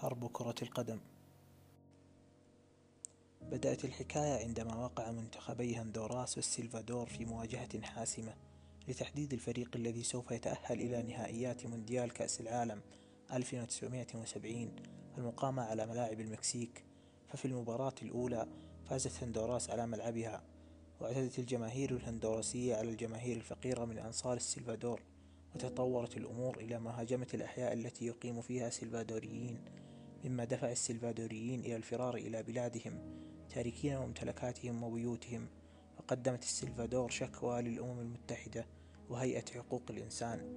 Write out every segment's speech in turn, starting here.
حرب كرة القدم. بدأت الحكاية عندما وقع منتخبي هندوراس والسلفادور في مواجهة حاسمة لتحديد الفريق الذي سوف يتأهل إلى نهائيات مونديال كأس العالم 1970 المقامة على ملاعب المكسيك. ففي المباراة الأولى فازت هندوراس على ملعبها، واعتدت الجماهير الهندوراسية على الجماهير الفقيرة من أنصار السلفادور، وتطورت الأمور إلى مهاجمة الأحياء التي يقيم فيها سلفادوريين، مما دفع السلفادوريين إلى الفرار إلى بلادهم تاركين ممتلكاتهم وبيوتهم. فقدمت السلفادور شكوى للأمم المتحدة وهيئة حقوق الإنسان،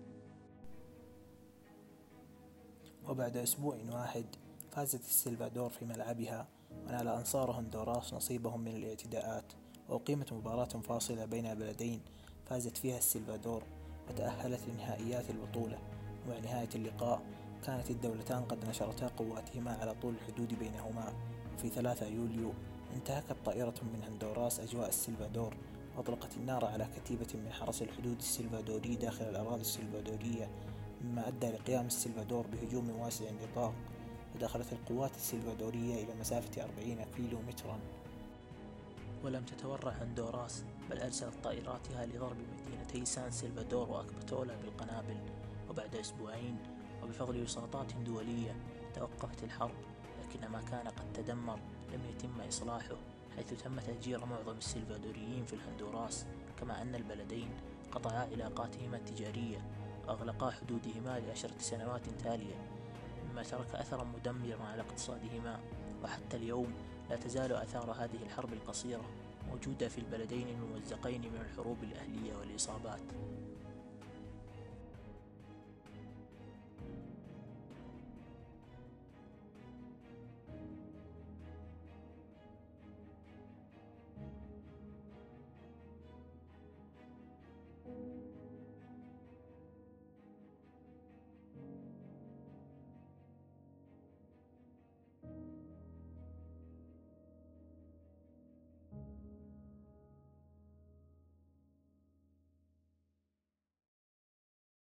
وبعد أسبوع واحد فازت السلفادور في ملعبها، ونال أنصار هندوراس نصيبهم من الاعتداءات، وأقيمت مباراة فاصلة بين البلدين فازت فيها السلفادور وتأهلت لنهائيات البطولة. ومع نهاية اللقاء كانت الدولتان قد نشرتا قواتهما على طول الحدود بينهما. وفي 3 يوليو انتهكت طائرة من هندوراس أجواء السلفادور، وأطلقت النار على كتيبة من حرس الحدود السلفادوري داخل الأراضي السلفادورية، مما أدى لقيام السلفادور بهجوم واسع النطاق، ودخلت القوات السلفادورية إلى مسافة 40 كيلو مترا. ولم تتورع هندوراس، بل أرسلت طائراتها لضرب مدينتي سان سلفادور وأكبتولا بالقنابل. وبعد أسبوعين وبفضل وساطات دولية توقفت الحرب، لكن ما كان قد تدمر لم يتم إصلاحه، حيث تم تهجير معظم السلفادوريين في الهندوراس، كما أن البلدين قطعا علاقاتهما التجارية وأغلقا حدودهما ل10 سنوات تالية، مما ترك أثرا مدمرا على اقتصادهما. وحتى اليوم لا تزال آثار هذه الحرب القصيرة موجودة في البلدين الممزقين من الحروب الأهلية والإصابات.